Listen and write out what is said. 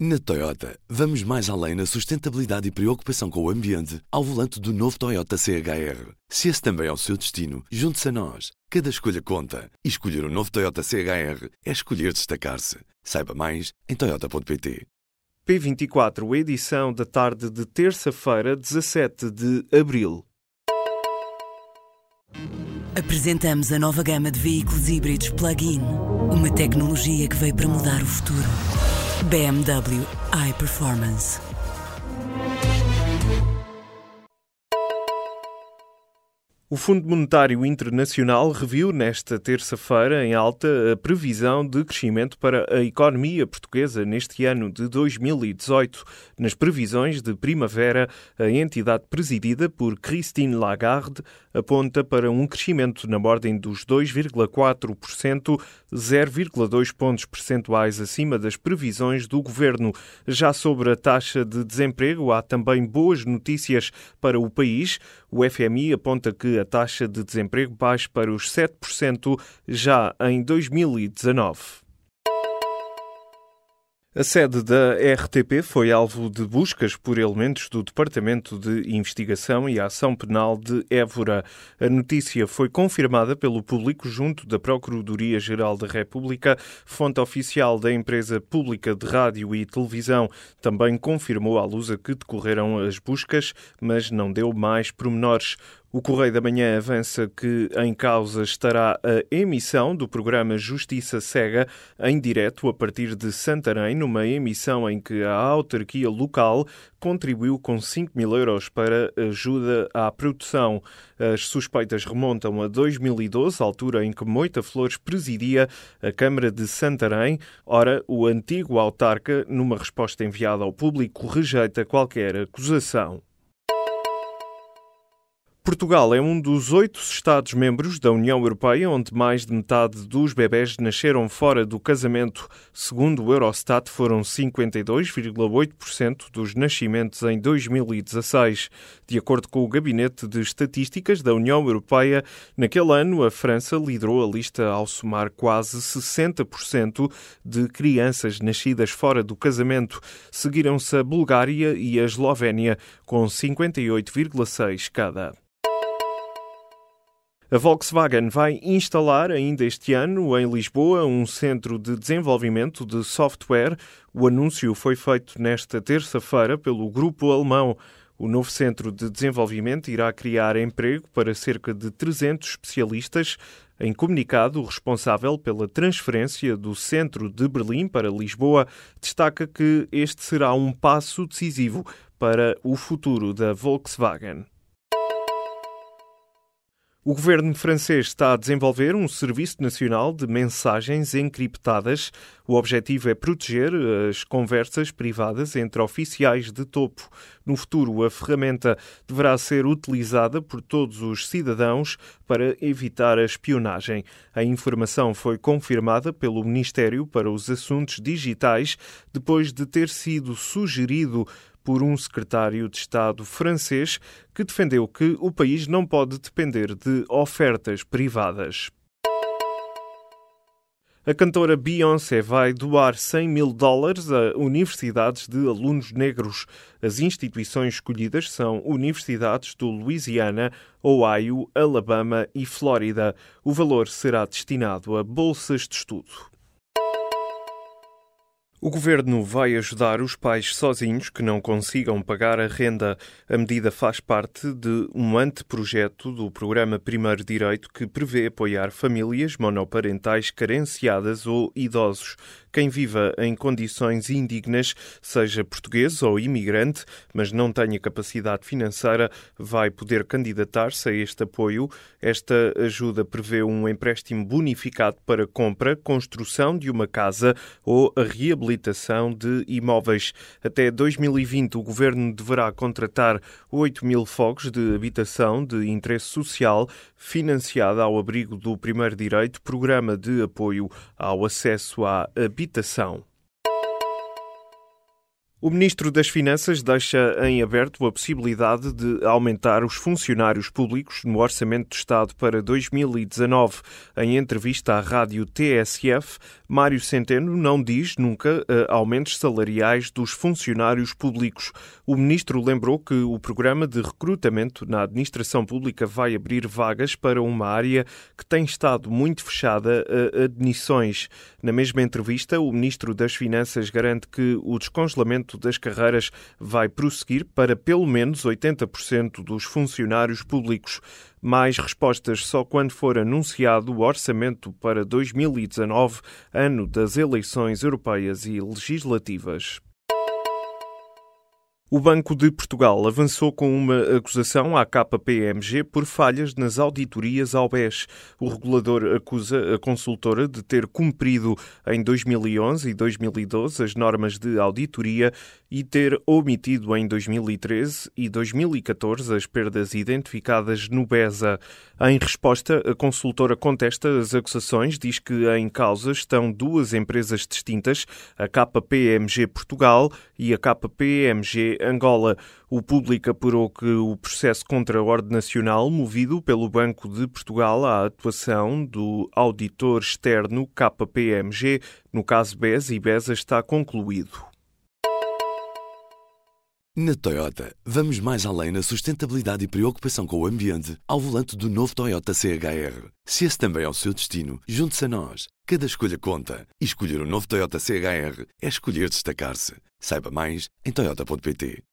Na Toyota, vamos mais além na sustentabilidade e preocupação com o ambiente ao volante do novo Toyota CHR. Se esse também é o seu destino, junte-se a nós. Cada escolha conta. E escolher o novo Toyota CHR é escolher destacar-se. Saiba mais em toyota.pt. P24, edição da tarde de terça-feira, 17 de abril. Apresentamos a nova gama de veículos híbridos plug-in. Uma tecnologia que veio para mudar o futuro. BMW iPerformance. O Fundo Monetário Internacional reviu nesta terça-feira em alta a previsão de crescimento para a economia portuguesa neste ano de 2018. Nas previsões de primavera, a entidade presidida por Christine Lagarde aponta para um crescimento na ordem dos 2,4%, 0,2 pontos percentuais acima das previsões do governo. Já sobre a taxa de desemprego, há também boas notícias para o país. O FMI aponta que a taxa de desemprego baixa para os 7% já em 2019. A sede da RTP foi alvo de buscas por elementos do Departamento de Investigação e Ação Penal de Évora. A notícia foi confirmada pelo público junto da Procuradoria-Geral da República. Fonte oficial da empresa pública de rádio e televisão também confirmou à luz a que decorreram as buscas, mas não deu mais pormenores. O Correio da Manhã avança que em causa estará a emissão do programa Justiça Cega em direto a partir de Santarém, numa emissão em que a autarquia local contribuiu com 5.000 euros para ajuda à produção. As suspeitas remontam a 2012, altura em que Moita Flores presidia a Câmara de Santarém. Ora, o antigo autarca, numa resposta enviada ao público, rejeita qualquer acusação. Portugal é um dos 8 Estados-membros da União Europeia onde mais de metade dos bebés nasceram fora do casamento. Segundo o Eurostat, foram 52,8% dos nascimentos em 2016. De acordo com o Gabinete de Estatísticas da União Europeia, naquele ano a França liderou a lista ao somar quase 60% de crianças nascidas fora do casamento. Seguiram-se a Bulgária e a Eslovénia, com 58,6% cada. A Volkswagen vai instalar ainda este ano em Lisboa um centro de desenvolvimento de software. O anúncio foi feito nesta terça-feira pelo grupo alemão. O novo centro de desenvolvimento irá criar emprego para cerca de 300 especialistas. Em comunicado, o responsável pela transferência do centro de Berlim para Lisboa destaca que este será um passo decisivo para o futuro da Volkswagen. O governo francês está a desenvolver um serviço nacional de mensagens encriptadas. O objetivo é proteger as conversas privadas entre oficiais de topo. No futuro, a ferramenta deverá ser utilizada por todos os cidadãos para evitar a espionagem. A informação foi confirmada pelo Ministério para os Assuntos Digitais depois de ter sido sugerido por um secretário de Estado francês que defendeu que o país não pode depender de ofertas privadas. A cantora Beyoncé vai doar $100.000 a universidades de alunos negros. As instituições escolhidas são universidades do Louisiana, Ohio, Alabama e Flórida. O valor será destinado a bolsas de estudo. O governo vai ajudar os pais sozinhos que não consigam pagar a renda. A medida faz parte de um anteprojeto do Programa Primeiro Direito que prevê apoiar famílias monoparentais carenciadas ou idosos. Quem viva em condições indignas, seja português ou imigrante, mas não tenha capacidade financeira, vai poder candidatar-se a este apoio. Esta ajuda prevê um empréstimo bonificado para compra, construção de uma casa ou a reabilitação de imóveis. Até 2020, o governo deverá contratar 8.000 fogos de habitação de interesse social, financiada ao abrigo do Primeiro Direito, Programa de Apoio ao Acesso à Habitação. O Ministro das Finanças deixa em aberto a possibilidade de aumentar os funcionários públicos no Orçamento do Estado para 2019. Em entrevista à rádio TSF, Mário Centeno não diz nunca aumentos salariais dos funcionários públicos. O Ministro lembrou que o programa de recrutamento na administração pública vai abrir vagas para uma área que tem estado muito fechada a admissões. Na mesma entrevista, o Ministro das Finanças garante que o descongelamento das carreiras vai prosseguir para pelo menos 80% dos funcionários públicos. Mais respostas só quando for anunciado o orçamento para 2019, ano das eleições europeias e legislativas. O Banco de Portugal avançou com uma acusação à KPMG por falhas nas auditorias ao BES. O regulador acusa a consultora de ter cumprido em 2011 e 2012 as normas de auditoria e ter omitido em 2013 e 2014 as perdas identificadas no BESA. Em resposta, a consultora contesta as acusações, diz que em causa estão duas empresas distintas, a KPMG Portugal e a KPMG Angola. O Público apurou que o processo contra a Ordem Nacional, movido pelo Banco de Portugal à atuação do auditor externo KPMG, no caso BES e BESA, está concluído. Na Toyota, vamos mais além na sustentabilidade e preocupação com o ambiente ao volante do novo Toyota CHR. Se esse também é o seu destino, junte-se a nós. Cada escolha conta. E escolher o novo Toyota CHR é escolher destacar-se. Saiba mais em toyota.pt.